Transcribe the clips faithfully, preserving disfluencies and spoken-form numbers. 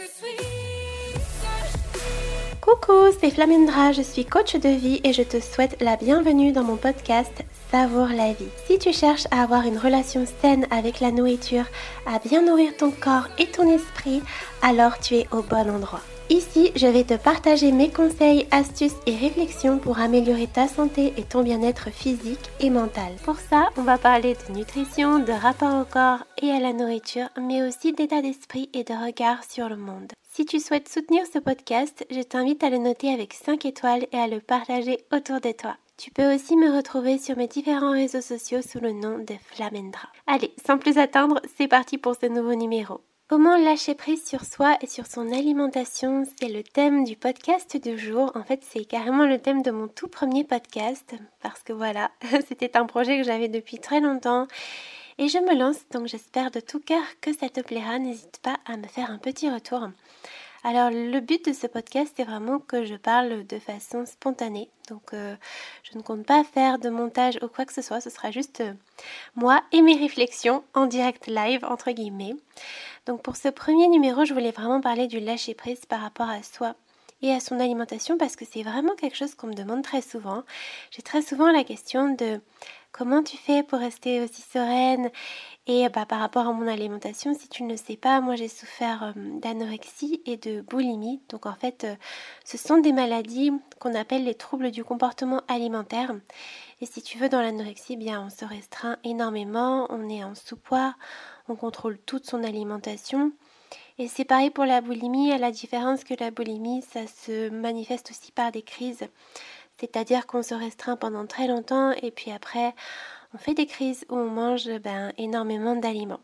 Coucou, c'est Flamendra, je suis coach de vie et je te souhaite la bienvenue dans mon podcast Savoure la vie. Si tu cherches à avoir une relation saine avec la nourriture, à bien nourrir ton corps et ton esprit, alors tu es au bon endroit. Ici, je vais te partager mes conseils, astuces et réflexions pour améliorer ta santé et ton bien-être physique et mental. Pour ça, on va parler de nutrition, de rapport au corps et à la nourriture, mais aussi d'état d'esprit et de regard sur le monde. Si tu souhaites soutenir ce podcast, je t'invite à le noter avec cinq étoiles et à le partager autour de toi. Tu peux aussi me retrouver sur mes différents réseaux sociaux sous le nom de Flamendra. Allez, sans plus attendre, c'est parti pour ce nouveau numéro. Comment lâcher prise sur soi et sur son alimentation, c'est le thème du podcast du jour. En fait, c'est carrément le thème de mon tout premier podcast parce que voilà, c'était un projet que j'avais depuis très longtemps et je me lance, donc j'espère de tout cœur que ça te plaira. N'hésite pas à me faire un petit retour. Alors, le but de ce podcast, c'est vraiment que je parle de façon spontanée. Donc, euh, je ne compte pas faire de montage ou quoi que ce soit. Ce sera juste euh, moi et mes réflexions en direct live, entre guillemets. Donc, pour ce premier numéro, je voulais vraiment parler du lâcher-prise par rapport à soi et à son alimentation parce que c'est vraiment quelque chose qu'on me demande très souvent. J'ai très souvent la question de comment tu fais pour rester aussi sereine. Et bah, par rapport à mon alimentation, si tu ne le sais pas, moi j'ai souffert euh, d'anorexie et de boulimie. Donc en fait, euh, ce sont des maladies qu'on appelle les troubles du comportement alimentaire. Et si tu veux, dans l'anorexie, eh bien on se restreint énormément, on est en sous-poids, on contrôle toute son alimentation. Et c'est pareil pour la boulimie, à la différence que la boulimie, ça se manifeste aussi par des crises. C'est-à-dire qu'on se restreint pendant très longtemps et puis après, on fait des crises où on mange ben, énormément d'aliments.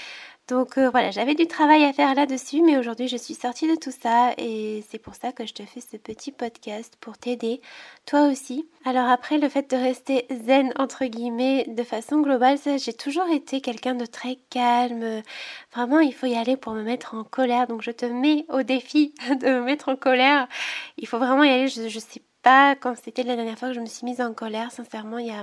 Donc euh, voilà, j'avais du travail à faire là-dessus, mais aujourd'hui je suis sortie de tout ça et c'est pour ça que je te fais ce petit podcast pour t'aider, toi aussi. Alors après, le fait de rester zen, entre guillemets, de façon globale, ça, j'ai toujours été quelqu'un de très calme. Vraiment, il faut y aller pour me mettre en colère, donc je te mets au défi de me mettre en colère. Il faut vraiment y aller, je, je sais pas quand c'était la dernière fois que je me suis mise en colère, sincèrement, il y a...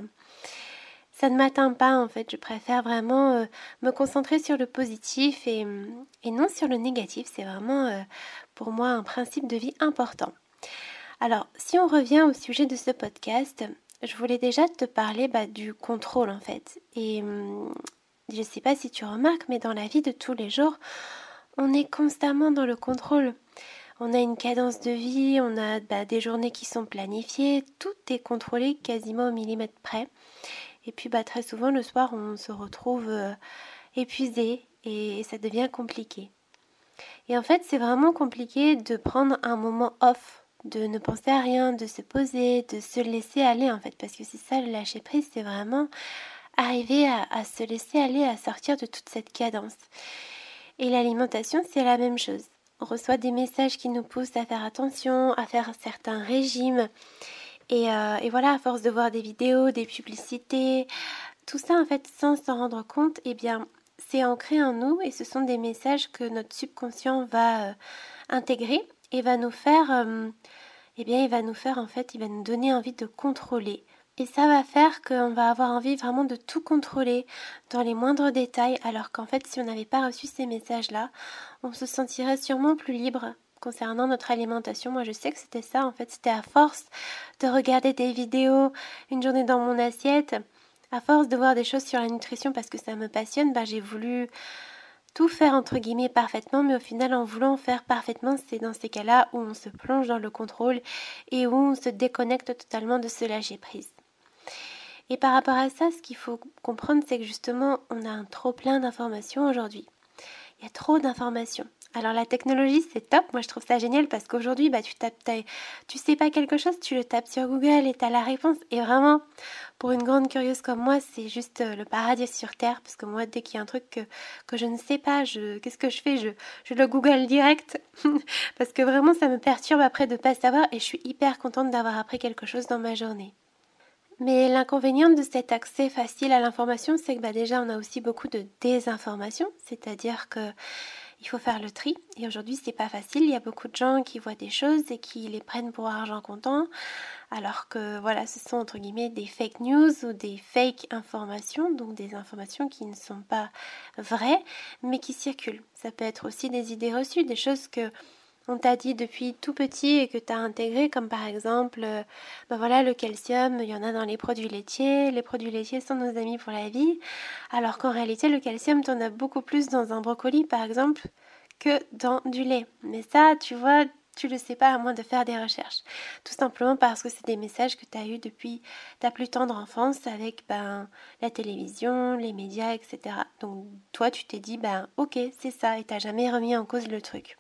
Ça ne m'atteint pas en fait, je préfère vraiment euh, me concentrer sur le positif et, et non sur le négatif. C'est vraiment euh, pour moi un principe de vie important. Alors, si on revient au sujet de ce podcast, je voulais déjà te parler bah, du contrôle en fait. Et hum, je ne sais pas si tu remarques, mais dans la vie de tous les jours, on est constamment dans le contrôle. On a une cadence de vie, on a bah, des journées qui sont planifiées, tout est contrôlé quasiment au millimètre près. Et puis bah, très souvent le soir on se retrouve euh, épuisé et, et ça devient compliqué. Et en fait c'est vraiment compliqué de prendre un moment off, de ne penser à rien, de se poser, de se laisser aller en fait. Parce que c'est ça le lâcher prise, c'est vraiment arriver à, à se laisser aller, à sortir de toute cette cadence. Et l'alimentation c'est la même chose. On reçoit des messages qui nous poussent à faire attention, à faire certains régimes. Et, euh, et voilà, à force de voir des vidéos, des publicités, tout ça en fait sans s'en rendre compte, eh bien c'est ancré en nous et ce sont des messages que notre subconscient va euh, intégrer et va nous faire, euh, eh bien il va nous faire en fait, il va nous donner envie de contrôler. Et ça va faire qu'on va avoir envie vraiment de tout contrôler dans les moindres détails, alors qu'en fait si on n'avait pas reçu ces messages-là, on se sentirait sûrement plus libre. Concernant notre alimentation, moi je sais que c'était ça, en fait c'était à force de regarder des vidéos, une journée dans mon assiette, à force de voir des choses sur la nutrition parce que ça me passionne, bah, j'ai voulu tout faire entre guillemets parfaitement, mais au final en voulant faire parfaitement, c'est dans ces cas-là où on se plonge dans le contrôle et où on se déconnecte totalement de ce lâcher prise. Et par rapport à ça, ce qu'il faut comprendre, c'est que justement on a un trop plein d'informations aujourd'hui. Il y a trop d'informations. Alors la technologie c'est top, moi je trouve ça génial parce qu'aujourd'hui bah, tu tapes, tu sais pas quelque chose, tu le tapes sur Google et tu as la réponse. Et vraiment, pour une grande curieuse comme moi, c'est juste le paradis sur terre parce que moi dès qu'il y a un truc que, que je ne sais pas, je, qu'est-ce que je fais je, je le Google direct parce que vraiment ça me perturbe après de ne pas savoir et je suis hyper contente d'avoir appris quelque chose dans ma journée. Mais l'inconvénient de cet accès facile à l'information, c'est que bah, déjà on a aussi beaucoup de désinformation, c'est-à-dire que il faut faire le tri. Et aujourd'hui, c'est pas facile. Il y a beaucoup de gens qui voient des choses et qui les prennent pour argent comptant, alors que voilà, ce sont entre guillemets des fake news ou des fake informations, donc des informations qui ne sont pas vraies, mais qui circulent. Ça peut être aussi des idées reçues, des choses que on t'a dit depuis tout petit et que tu as intégré, comme par exemple, euh, ben voilà, le calcium, il y en a dans les produits laitiers, les produits laitiers sont nos amis pour la vie, alors qu'en réalité, le calcium, tu en as beaucoup plus dans un brocoli, par exemple, que dans du lait. Mais ça, tu vois, tu le sais pas à moins de faire des recherches. Tout simplement parce que c'est des messages que tu as eus depuis ta plus tendre enfance avec ben, la télévision, les médias, et cetera. Donc toi, tu t'es dit, ben ok, c'est ça, et tu n'as jamais remis en cause le truc.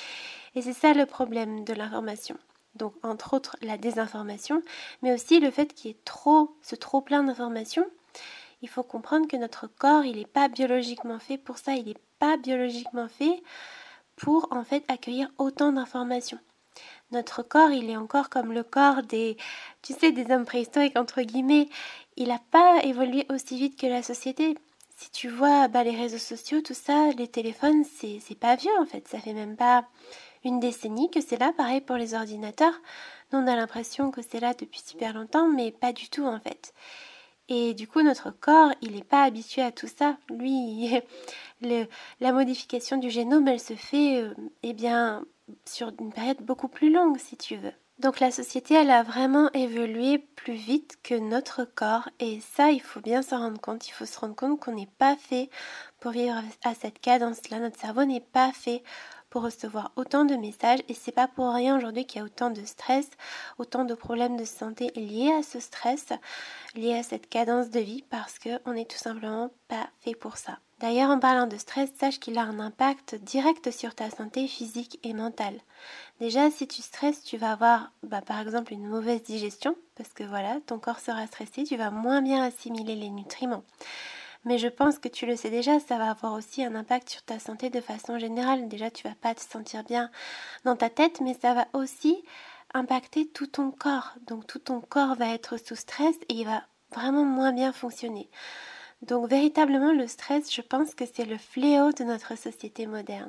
Et c'est ça le problème de l'information. Donc, entre autres, la désinformation, mais aussi le fait qu'il y ait trop, ce trop plein d'informations. Il faut comprendre que notre corps, il n'est pas biologiquement fait pour ça. Il n'est pas biologiquement fait pour, en fait, accueillir autant d'informations. Notre corps, il est encore comme le corps des, tu sais, des hommes préhistoriques, entre guillemets. Il n'a pas évolué aussi vite que la société. Si tu vois bah, les réseaux sociaux, tout ça, les téléphones, c'est, c'est pas vieux, en fait. Ça fait même pas une décennie que c'est là, pareil pour les ordinateurs. Nous, on a l'impression que c'est là depuis super longtemps, mais pas du tout en fait. Et du coup, notre corps, il n'est pas habitué à tout ça. Lui, le, la modification du génome, elle se fait euh, eh bien, sur une période beaucoup plus longue, si tu veux. Donc la société, elle a vraiment évolué plus vite que notre corps. Et ça, il faut bien s'en rendre compte. Il faut se rendre compte qu'on n'est pas fait pour vivre à cette cadence-là. Notre cerveau n'est pas fait pour recevoir autant de messages et c'est pas pour rien aujourd'hui qu'il y a autant de stress, autant de problèmes de santé liés à ce stress, liés à cette cadence de vie parce qu'on n'est tout simplement pas fait pour ça. D'ailleurs, en parlant de stress, sache qu'il a un impact direct sur ta santé physique et mentale. Déjà, si tu stresses, tu vas avoir bah, par exemple une mauvaise digestion parce que voilà, ton corps sera stressé, tu vas moins bien assimiler les nutriments. Mais je pense que tu le sais déjà, ça va avoir aussi un impact sur ta santé de façon générale. Déjà, tu vas pas te sentir bien dans ta tête, mais ça va aussi impacter tout ton corps. Donc tout ton corps va être sous stress et il va vraiment moins bien fonctionner. Donc véritablement, le stress, je pense que c'est le fléau de notre société moderne.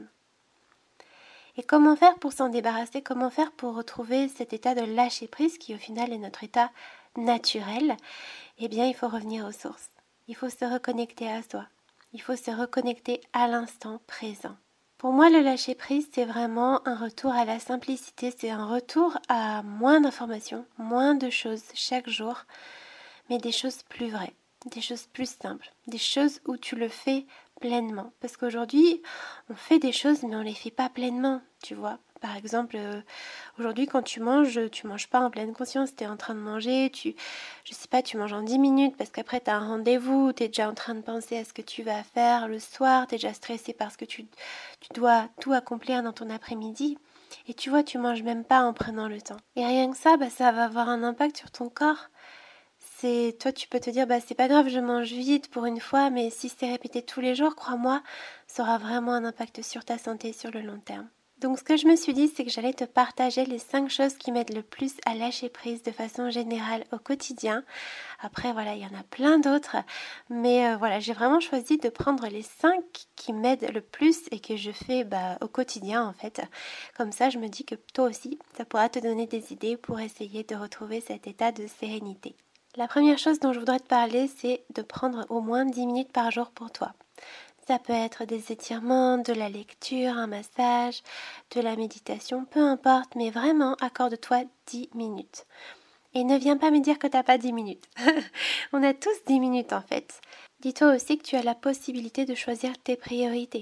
Et comment faire pour s'en débarrasser? Comment faire pour retrouver cet état de lâcher prise qui au final est notre état naturel? Eh bien, il faut revenir aux sources. Il faut se reconnecter à soi. Il faut se reconnecter à l'instant présent. Pour moi, le lâcher-prise, c'est vraiment un retour à la simplicité. C'est un retour à moins d'informations, moins de choses chaque jour, mais des choses plus vraies, des choses plus simples, des choses où tu le fais pleinement. Parce qu'aujourd'hui, on fait des choses, mais on ne les fait pas pleinement, tu vois. Par exemple, euh, aujourd'hui, quand tu manges, tu manges pas en pleine conscience, tu es en train de manger, tu, je sais pas, tu manges en dix minutes parce qu'après tu as un rendez-vous, tu es déjà en train de penser à ce que tu vas faire le soir, tu es déjà stressé parce que tu, tu dois tout accomplir dans ton après-midi. Et tu vois, tu manges même pas en prenant le temps. Et rien que ça, bah, ça va avoir un impact sur ton corps. C'est, toi, tu peux te dire, bah, c'est pas grave, je mange vite pour une fois, mais si c'est répété tous les jours, crois-moi, ça aura vraiment un impact sur ta santé sur le long terme. Donc ce que je me suis dit, c'est que j'allais te partager les cinq choses qui m'aident le plus à lâcher prise de façon générale au quotidien. Après voilà, il y en a plein d'autres, mais euh, voilà, j'ai vraiment choisi de prendre les cinq qui m'aident le plus et que je fais bah, au quotidien en fait. Comme ça, je me dis que toi aussi, ça pourra te donner des idées pour essayer de retrouver cet état de sérénité. La première chose dont je voudrais te parler, c'est de prendre au moins dix minutes par jour pour toi. Ça peut être des étirements, de la lecture, un massage, de la méditation, peu importe, mais vraiment accorde-toi dix minutes. Et ne viens pas me dire que t'as pas dix minutes. On a tous dix minutes en fait. Dis-toi aussi que tu as la possibilité de choisir tes priorités.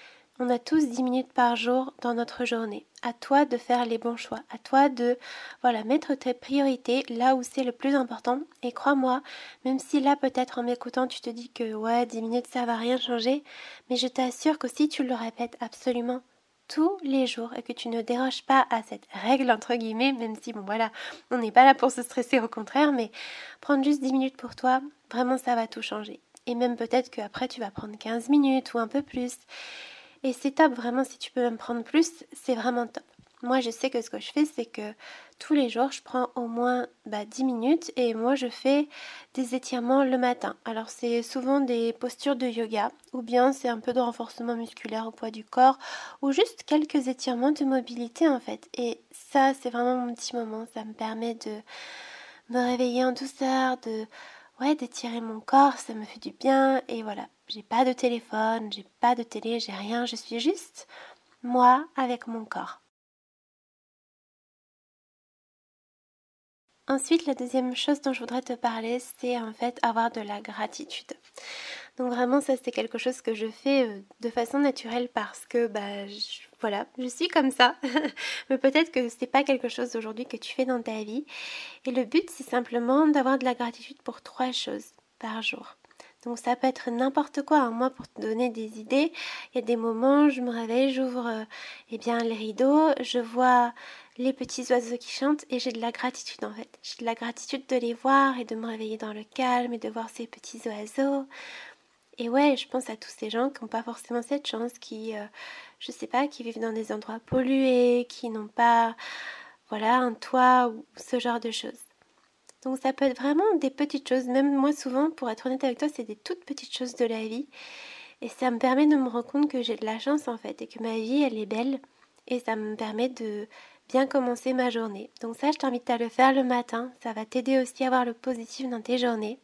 On a tous dix minutes par jour dans notre journée. À toi de faire les bons choix. À toi de voilà, mettre tes priorités là où c'est le plus important. Et crois-moi, même si là peut-être en m'écoutant tu te dis que ouais, dix minutes ça va rien changer, mais je t'assure que si tu le répètes absolument tous les jours et que tu ne déroges pas à cette règle entre guillemets, même si bon voilà, on n'est pas là pour se stresser, au contraire, mais prendre juste dix minutes pour toi, vraiment ça va tout changer. Et même peut-être qu'après tu vas prendre quinze minutes ou un peu plus. Et c'est top, vraiment, si tu peux même prendre plus, c'est vraiment top. Moi, je sais que ce que je fais, c'est que tous les jours, je prends au moins bah, dix minutes et moi, je fais des étirements le matin. Alors, c'est souvent des postures de yoga ou bien c'est un peu de renforcement musculaire au poids du corps ou juste quelques étirements de mobilité en fait. Et ça, c'est vraiment mon petit moment. Ça me permet de me réveiller en douceur, de ouais, d'étirer mon corps. Ça me fait du bien et voilà. J'ai pas de téléphone, j'ai pas de télé, j'ai rien. Je suis juste moi avec mon corps. Ensuite, la deuxième chose dont je voudrais te parler, c'est en fait avoir de la gratitude. Donc vraiment, ça c'est quelque chose que je fais euh, de façon naturelle parce que bah je, voilà, je suis comme ça. Mais peut-être que c'est pas quelque chose aujourd'hui que tu fais dans ta vie. Et le but, c'est simplement d'avoir de la gratitude pour trois choses par jour. Donc ça peut être n'importe quoi. Hein. Moi, pour te donner des idées, il y a des moments, je me réveille, j'ouvre euh, eh bien les rideaux, je vois les petits oiseaux qui chantent et j'ai de la gratitude en fait. J'ai de la gratitude de les voir et de me réveiller dans le calme et de voir ces petits oiseaux. Et ouais, je pense à tous ces gens qui n'ont pas forcément cette chance, qui, euh, je sais pas, qui vivent dans des endroits pollués, qui n'ont pas, voilà, un toit ou ce genre de choses. Donc ça peut être vraiment des petites choses. Même moi souvent, pour être honnête avec toi, c'est des toutes petites choses de la vie. Et ça me permet de me rendre compte que j'ai de la chance en fait et que ma vie, elle est belle. Et ça me permet de bien commencer ma journée. Donc ça, je t'invite à le faire le matin. Ça va t'aider aussi à voir le positif dans tes journées.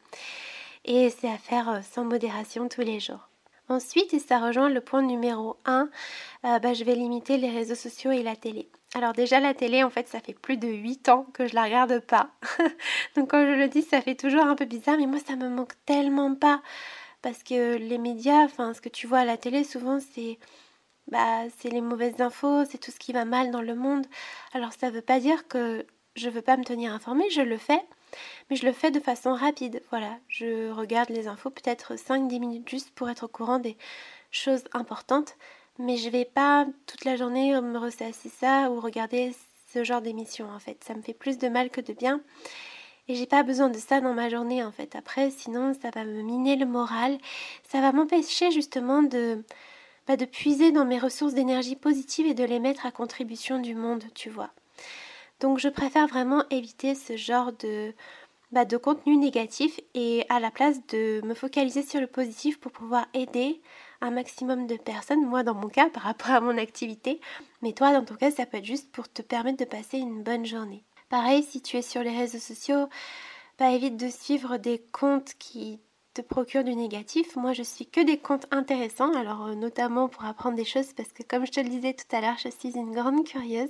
Et c'est à faire sans modération tous les jours. Ensuite, et ça rejoint le point numéro un, euh, bah, je vais limiter les réseaux sociaux et la télé. Alors déjà la télé, en fait, ça fait plus de huit ans que je la regarde pas. Donc quand je le dis, ça fait toujours un peu bizarre, mais moi ça me manque tellement pas. Parce que les médias, enfin ce que tu vois à la télé, souvent c'est bah, c'est les mauvaises infos, c'est tout ce qui va mal dans le monde. Alors ça veut pas dire que je veux pas me tenir informée, je le fais. Mais je le fais de façon rapide, voilà. Je regarde les infos peut-être cinq dix minutes juste pour être au courant des choses importantes. Mais je vais pas toute la journée me ressasser ça ou regarder ce genre d'émission en fait. Ça me fait plus de mal que de bien. Et j'ai pas besoin de ça dans ma journée en fait. Après, sinon ça va me miner le moral. Ça va m'empêcher justement de, bah, de puiser dans mes ressources d'énergie positive et de les mettre à contribution du monde, tu vois. Donc je préfère vraiment éviter ce genre de, bah, de contenu négatif et à la place de me focaliser sur le positif pour pouvoir aider un maximum de personnes, moi dans mon cas par rapport à mon activité, mais toi dans ton cas ça peut être juste pour te permettre de passer une bonne journée. Pareil, si tu es sur les réseaux sociaux, bah, évite de suivre des comptes qui te procurent du négatif. Moi je suis que des comptes intéressants, alors euh, notamment pour apprendre des choses parce que comme je te le disais tout à l'heure, je suis une grande curieuse.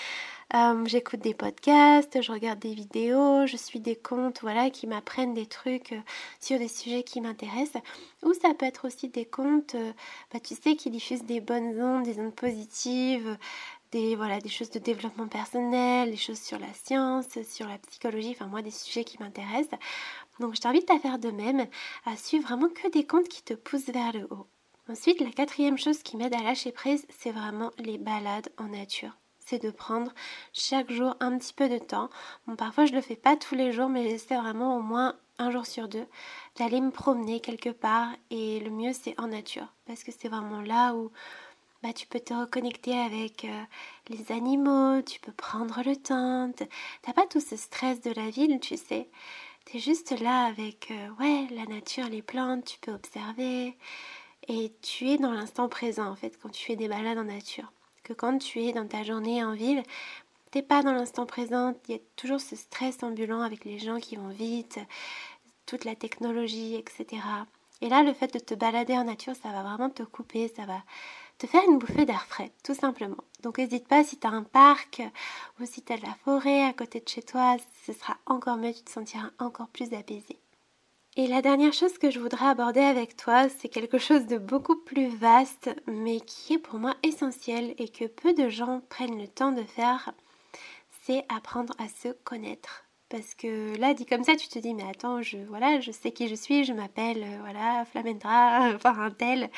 Euh, j'écoute des podcasts, je regarde des vidéos, je suis des comptes voilà, qui m'apprennent des trucs euh, sur des sujets qui m'intéressent. Ou ça peut être aussi des comptes, euh, bah, tu sais, qui diffusent des bonnes ondes, des ondes positives, des, voilà, des choses de développement personnel, des choses sur la science, sur la psychologie, enfin moi des sujets qui m'intéressent. Donc je t'invite à faire de même, à suivre vraiment que des comptes qui te poussent vers le haut. Ensuite, la quatrième chose qui m'aide à lâcher prise, c'est vraiment les balades en nature. C'est de prendre chaque jour un petit peu de temps. Bon, parfois je le fais pas tous les jours, mais j'essaie vraiment au moins un jour sur deux d'aller me promener quelque part. Et le mieux c'est en nature, parce que c'est vraiment là où bah, tu peux te reconnecter avec euh, les animaux, tu peux prendre le temps. T'as pas tout ce stress de la ville, tu sais. T'es juste là avec euh, ouais, la nature, les plantes, tu peux observer. Et tu es dans l'instant présent en fait quand tu fais des balades en nature. Que quand tu es dans ta journée en ville, t'es pas dans l'instant présent, il y a toujours ce stress ambulant avec les gens qui vont vite, toute la technologie, et cetera. Et là, le fait de te balader en nature, ça va vraiment te couper, ça va te faire une bouffée d'air frais, tout simplement. Donc n'hésite pas, si tu as un parc ou si tu as de la forêt à côté de chez toi, ce sera encore mieux, tu te sentiras encore plus apaisé. Et la dernière chose que je voudrais aborder avec toi, c'est quelque chose de beaucoup plus vaste, mais qui est pour moi essentiel et que peu de gens prennent le temps de faire, c'est apprendre à se connaître. Parce que là, dit comme ça, tu te dis, mais attends, je, voilà, je sais qui je suis, je m'appelle, euh, voilà, Flamendra, enfin un tel.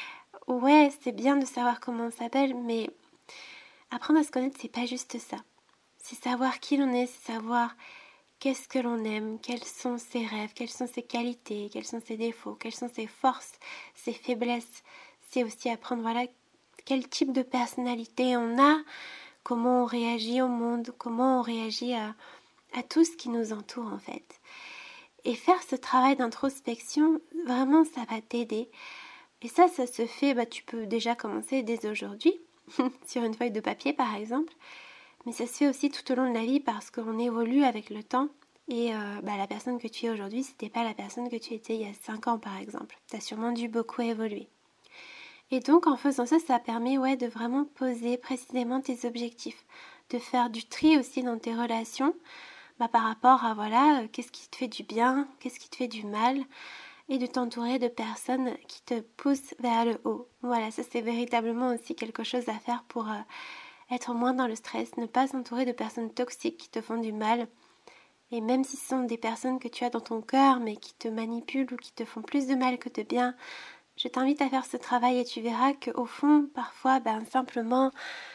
Ouais, c'est bien de savoir comment on s'appelle, mais apprendre à se connaître, c'est pas juste ça. C'est savoir qui l'on est, c'est savoir qu'est-ce que l'on aime, quels sont ses rêves, quelles sont ses qualités, quels sont ses défauts, quelles sont ses forces, ses faiblesses. C'est aussi apprendre, voilà, quel type de personnalité on a, comment on réagit au monde, comment on réagit à, à tout ce qui nous entoure en fait. Et faire ce travail d'introspection, vraiment ça va t'aider. Et ça, ça se fait, bah, tu peux déjà commencer dès aujourd'hui, sur une feuille de papier par exemple. Mais ça se fait aussi tout au long de la vie parce qu'on évolue avec le temps. Et euh, bah, la personne que tu es aujourd'hui, c'était pas la personne que tu étais il y a cinq ans par exemple. Tu as sûrement dû beaucoup évoluer. Et donc en faisant ça, ça permet ouais, de vraiment poser précisément tes objectifs. De faire du tri aussi dans tes relations bah, par rapport à voilà, euh, qu'est-ce qui te fait du bien, qu'est-ce qui te fait du mal. Et de t'entourer de personnes qui te poussent vers le haut. Voilà, ça c'est véritablement aussi quelque chose à faire pour... Euh, être moins dans le stress, ne pas s'entourer de personnes toxiques qui te font du mal. Et même si ce sont des personnes que tu as dans ton cœur, mais qui te manipulent ou qui te font plus de mal que de bien, je t'invite à faire ce travail et tu verras qu'au fond, parfois, ben, simplement,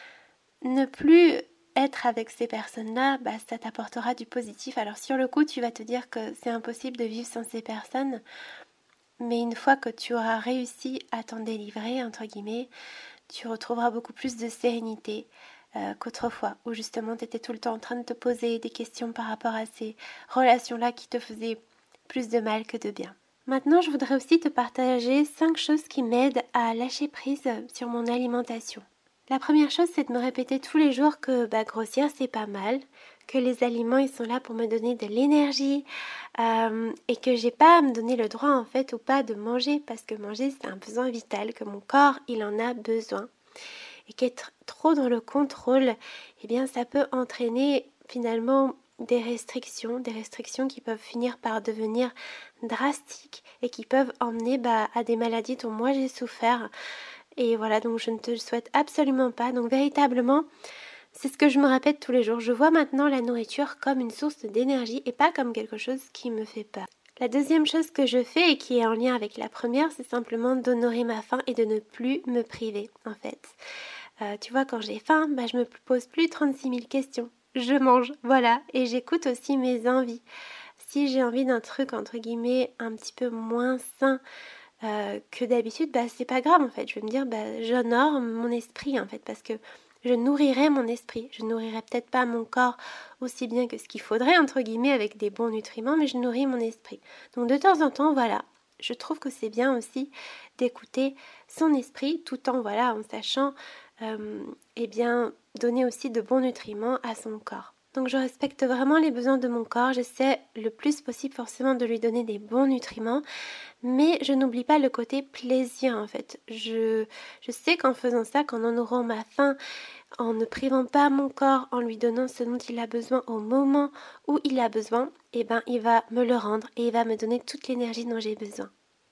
ne plus être avec ces personnes-là, ben, ça t'apportera du positif. Alors sur le coup, tu vas te dire que c'est impossible de vivre sans ces personnes, mais une fois que tu auras réussi à t'en délivrer, entre guillemets, tu retrouveras beaucoup plus de sérénité euh, qu'autrefois, où justement tu étais tout le temps en train de te poser des questions par rapport à ces relations-là qui te faisaient plus de mal que de bien. Maintenant, je voudrais aussi te partager cinq choses qui m'aident à lâcher prise sur mon alimentation. La première chose, c'est de me répéter tous les jours que bah, grossir, c'est pas mal, que les aliments, ils sont là pour me donner de l'énergie euh, et que j'ai pas à me donner le droit, en fait, ou pas de manger, parce que manger, c'est un besoin vital, que mon corps, il en a besoin. Et qu'être trop dans le contrôle, eh bien, ça peut entraîner finalement des restrictions, des restrictions qui peuvent finir par devenir drastiques et qui peuvent emmener bah, à des maladies dont moi j'ai souffert. Et voilà, donc je ne te le souhaite absolument pas. Donc véritablement, c'est ce que je me répète tous les jours. Je vois maintenant la nourriture comme une source d'énergie et pas comme quelque chose qui me fait peur. La deuxième chose que je fais et qui est en lien avec la première, c'est simplement d'honorer ma faim et de ne plus me priver en fait. Euh, tu vois, quand j'ai faim, bah, je me pose plus trente-six mille questions. Je mange, voilà, et j'écoute aussi mes envies. Si j'ai envie d'un truc, entre guillemets, un petit peu moins sain, Euh, que d'habitude, bah, c'est pas grave en fait. Je vais me dire, bah, j'honore mon esprit en fait, parce que je nourrirai mon esprit. Je nourrirai peut-être pas mon corps aussi bien que ce qu'il faudrait, entre guillemets, avec des bons nutriments, mais je nourris mon esprit. Donc de temps en temps, voilà, je trouve que c'est bien aussi d'écouter son esprit tout en, voilà, en sachant, euh, eh bien, donner aussi de bons nutriments à son corps. Donc je respecte vraiment les besoins de mon corps, j'essaie le plus possible forcément de lui donner des bons nutriments, mais je n'oublie pas le côté plaisir en fait. Je, je sais qu'en faisant ça, qu'en honorant ma faim, en ne privant pas mon corps, en lui donnant ce dont il a besoin au moment où il a besoin, eh ben il va me le rendre et il va me donner toute l'énergie dont j'ai besoin.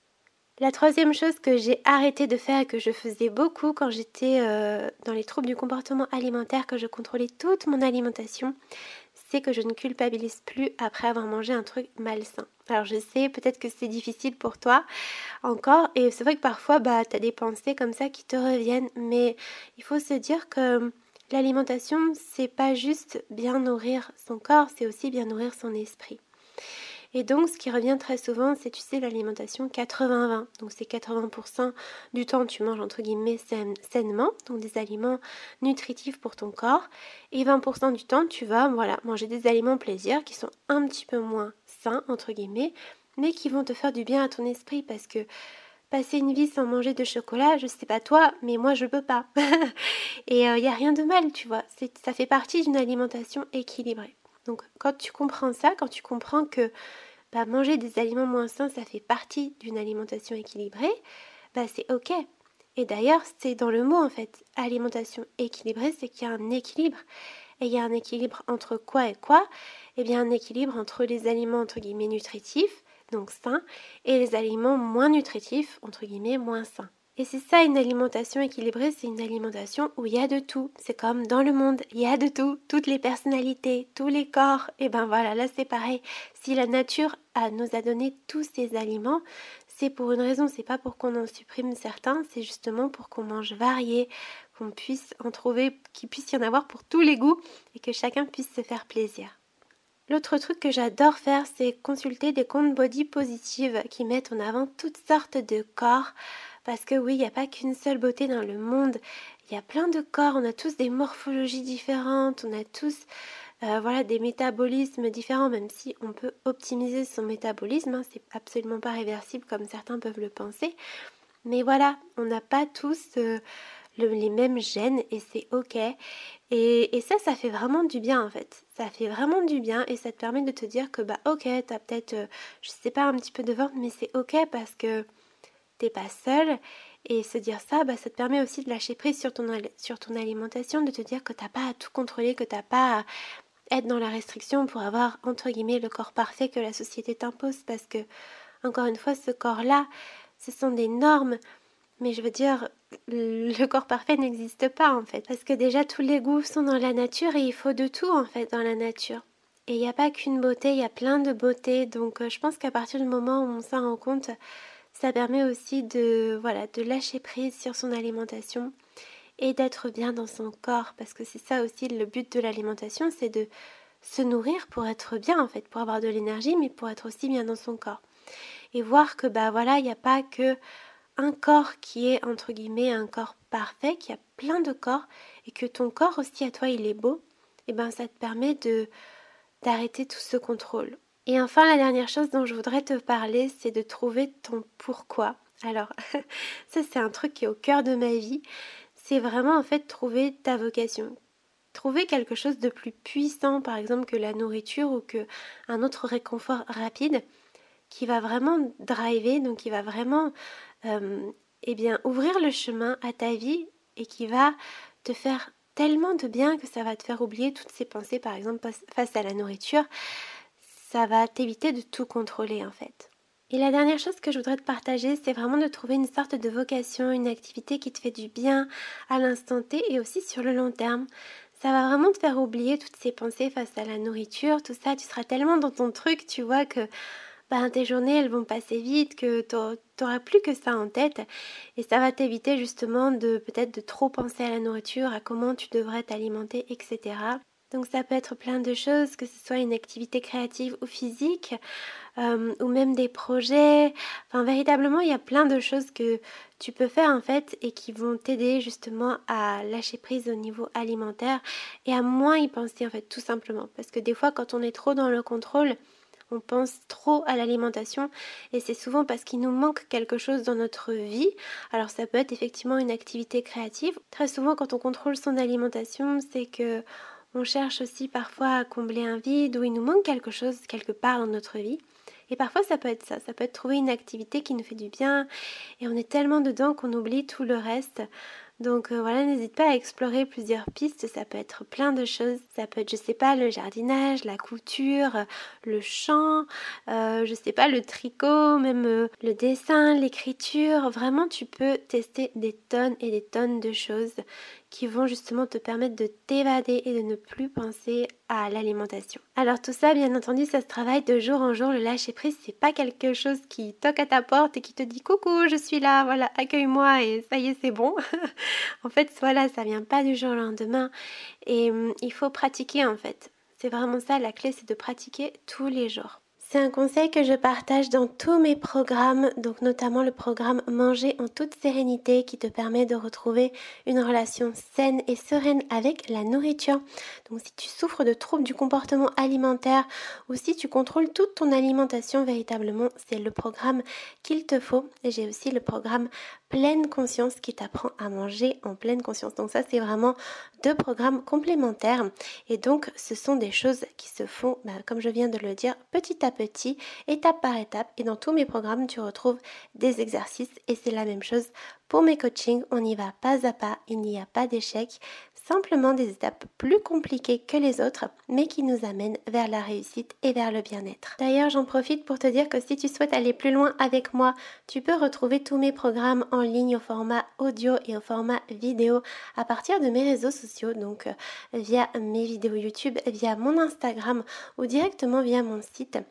La troisième chose que j'ai arrêté de faire et que je faisais beaucoup quand j'étais euh, dans les troubles du comportement alimentaire, que je contrôlais toute mon alimentation, c'est que je ne culpabilise plus après avoir mangé un truc malsain. Alors je sais, peut-être que c'est difficile pour toi encore, et c'est vrai que parfois bah, tu as des pensées comme ça qui te reviennent, mais il faut se dire que l'alimentation, c'est pas juste bien nourrir son corps, c'est aussi bien nourrir son esprit. Et donc, ce qui revient très souvent, c'est, tu sais, l'alimentation quatre-vingts vingt. Donc, c'est quatre-vingts pour cent du temps, tu manges, entre guillemets, sainement, donc des aliments nutritifs pour ton corps. Et vingt pour cent du temps, tu vas, voilà, manger des aliments plaisir qui sont un petit peu moins sains, entre guillemets, mais qui vont te faire du bien à ton esprit parce que passer une vie sans manger de chocolat, je sais pas toi, mais moi, je peux pas. Et il euh, n'y a rien de mal, tu vois. C'est, ça fait partie d'une alimentation équilibrée. Donc quand tu comprends ça, quand tu comprends que bah, manger des aliments moins sains, ça fait partie d'une alimentation équilibrée, bah, c'est ok. Et d'ailleurs, c'est dans le mot en fait, alimentation équilibrée, c'est qu'il y a un équilibre. Et il y a un équilibre entre quoi et quoi? Eh bien un équilibre entre les aliments entre guillemets nutritifs, donc sains, et les aliments moins nutritifs, entre guillemets moins sains. Et c'est ça une alimentation équilibrée, c'est une alimentation où il y a de tout. C'est comme dans le monde, il y a de tout, toutes les personnalités, tous les corps. Et ben voilà, là c'est pareil. Si la nature a, nous a donné tous ces aliments, c'est pour une raison, c'est pas pour qu'on en supprime certains, c'est justement pour qu'on mange varié, qu'on puisse en trouver, qu'il puisse y en avoir pour tous les goûts et que chacun puisse se faire plaisir. L'autre truc que j'adore faire, c'est consulter des comptes body positive qui mettent en avant toutes sortes de corps. Parce que oui, il n'y a pas qu'une seule beauté dans le monde. il y a plein de corps, on a tous des morphologies différentes, on a tous euh, voilà, des métabolismes différents, même si on peut optimiser son métabolisme, hein, c'est absolument pas réversible comme certains peuvent le penser. Mais voilà, on n'a pas tous euh, le, les mêmes gènes et c'est ok. Et, et ça, ça fait vraiment du bien en fait. Ça fait vraiment du bien et ça te permet de te dire que bah ok, t'as peut-être, euh, je sais pas, un petit peu de ventre, mais c'est ok parce que t'es pas seule. Et se dire ça, bah, ça te permet aussi de lâcher prise sur ton, sur ton alimentation, de te dire que t'as pas à tout contrôler, que t'as pas à être dans la restriction pour avoir entre guillemets le corps parfait que la société t'impose. Parce que, encore une fois, ce corps-là, ce sont des normes. Mais je veux dire, le corps parfait n'existe pas en fait. Parce que déjà, tous les goûts sont dans la nature et il faut de tout en fait dans la nature. Et il n'y a pas qu'une beauté, il y a plein de beautés. Donc euh, je pense qu'à partir du moment où on s'en rend compte, ça permet aussi de, voilà, de lâcher prise sur son alimentation et d'être bien dans son corps. Parce que c'est ça aussi le but de l'alimentation, c'est de se nourrir pour être bien en fait, pour avoir de l'énergie, mais pour être aussi bien dans son corps. Et voir que bah voilà, il n'y a pas que un corps qui est entre guillemets un corps parfait, qu'il y a plein de corps et que ton corps aussi à toi il est beau, et ben ça te permet de d'arrêter tout ce contrôle. Et enfin la dernière chose dont je voudrais te parler, c'est de trouver ton pourquoi. Alors ça c'est un truc qui est au cœur de ma vie, c'est vraiment en fait trouver ta vocation. Trouver quelque chose de plus puissant par exemple que la nourriture ou que un autre réconfort rapide qui va vraiment driver, donc qui va vraiment euh, eh bien, ouvrir le chemin à ta vie et qui va te faire tellement de bien que ça va te faire oublier toutes ces pensées, par exemple face à la nourriture. Ça va t'éviter de tout contrôler en fait. Et la dernière chose que je voudrais te partager, c'est vraiment de trouver une sorte de vocation, une activité qui te fait du bien à l'instant T et aussi sur le long terme. Ça va vraiment te faire oublier toutes ces pensées face à la nourriture, tout ça. Tu seras tellement dans ton truc, tu vois, que ben, tes journées elles vont passer vite, que t'auras plus que ça en tête et ça va t'éviter justement de peut-être de trop penser à la nourriture, à comment tu devrais t'alimenter, et cetera. Donc ça peut être plein de choses, que ce soit une activité créative ou physique, euh, ou même des projets. Enfin véritablement il y a plein de choses que tu peux faire en fait et qui vont t'aider justement à lâcher prise au niveau alimentaire et à moins y penser en fait tout simplement. Parce que des fois quand on est trop dans le contrôle, on pense trop à l'alimentation et c'est souvent parce qu'il nous manque quelque chose dans notre vie. Alors ça peut être effectivement une activité créative. Très souvent quand on contrôle son alimentation, c'est que on cherche aussi parfois à combler un vide ou il nous manque quelque chose quelque part dans notre vie. Et parfois ça peut être ça, ça peut être trouver une activité qui nous fait du bien et on est tellement dedans qu'on oublie tout le reste. Donc euh, voilà, n'hésite pas à explorer plusieurs pistes, ça peut être plein de choses. Ça peut être, je sais pas, le jardinage, la couture, le chant, euh, je sais pas, le tricot, même euh, le dessin, l'écriture. Vraiment, tu peux tester des tonnes et des tonnes de choses qui vont justement te permettre de t'évader et de ne plus penser à l'alimentation. Alors tout ça, bien entendu, ça se travaille de jour en jour. Le lâcher prise, c'est pas quelque chose qui toque à ta porte et qui te dit coucou, je suis là, voilà, accueille-moi et ça y est, c'est bon. En fait, voilà, ça vient pas du jour au lendemain et hum, il faut pratiquer en fait. C'est vraiment ça, la clé, c'est de pratiquer tous les jours. C'est un conseil que je partage dans tous mes programmes, donc notamment le programme Manger en toute sérénité qui te permet de retrouver une relation saine et sereine avec la nourriture. Donc si tu souffres de troubles du comportement alimentaire ou si tu contrôles toute ton alimentation véritablement, c'est le programme qu'il te faut. Et j'ai aussi le programme Pleine Conscience qui t'apprend à manger en pleine conscience. Donc ça c'est vraiment deux programmes complémentaires et donc ce sont des choses qui se font, bah, comme je viens de le dire, petit à petit, étape par étape et dans tous mes programmes tu retrouves des exercices et c'est la même chose pour mes coachings, on y va pas à pas, il n'y a pas d'échec, simplement des étapes plus compliquées que les autres mais qui nous amènent vers la réussite et vers le bien-être. D'ailleurs j'en profite pour te dire que si tu souhaites aller plus loin avec moi, tu peux retrouver tous mes programmes en ligne au format audio et au format vidéo à partir de mes réseaux sociaux, donc euh, via mes vidéos YouTube, via mon Instagram ou directement via mon site.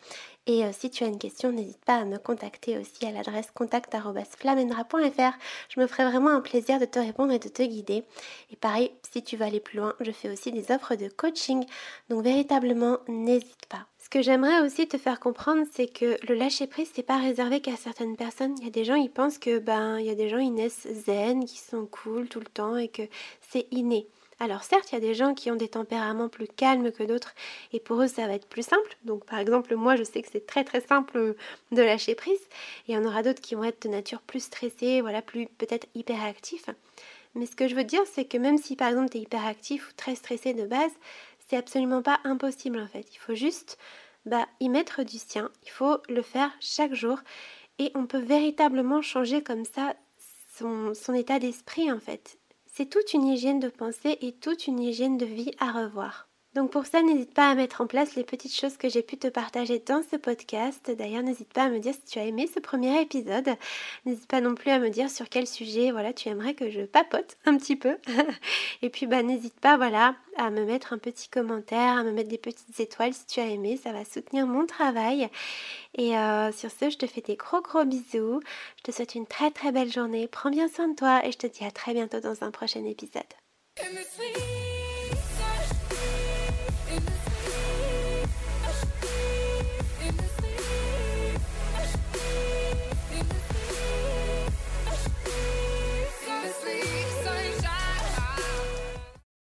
Et euh, si tu as une question, n'hésite pas à me contacter aussi à l'adresse contact arobase flamendra point f r. Je me ferai vraiment un plaisir de te répondre et de te guider. Et pareil, si tu veux aller plus loin, je fais aussi des offres de coaching. Donc véritablement, n'hésite pas. Ce que j'aimerais aussi te faire comprendre, c'est que le lâcher prise, c'est pas réservé qu'à certaines personnes. Il y a des gens, ils pensent que ben, il y a des gens, ils naissent zen, qui sont cool tout le temps et que c'est inné. Alors certes, il y a des gens qui ont des tempéraments plus calmes que d'autres et pour eux, ça va être plus simple. Donc par exemple, moi, je sais que c'est très très simple de lâcher prise. Et il y en aura d'autres qui vont être de nature plus stressée, voilà, plus peut-être hyperactifs. Mais ce que je veux dire, c'est que même si par exemple tu es hyperactif ou très stressé de base, c'est absolument pas impossible en fait. Il faut juste bah, y mettre du sien, il faut le faire chaque jour et on peut véritablement changer comme ça son, son état d'esprit en fait. C'est toute une hygiène de pensée et toute une hygiène de vie à revoir. Donc pour ça, n'hésite pas à mettre en place les petites choses que j'ai pu te partager dans ce podcast. D'ailleurs, n'hésite pas à me dire si tu as aimé ce premier épisode. N'hésite pas non plus à me dire sur quel sujet voilà, tu aimerais que je papote un petit peu. Et puis bah, n'hésite pas voilà, à me mettre un petit commentaire, à me mettre des petites étoiles si tu as aimé. Ça va soutenir mon travail. Et euh, sur ce, je te fais des gros gros bisous. Je te souhaite une très très belle journée. Prends bien soin de toi et je te dis à très bientôt dans un prochain épisode.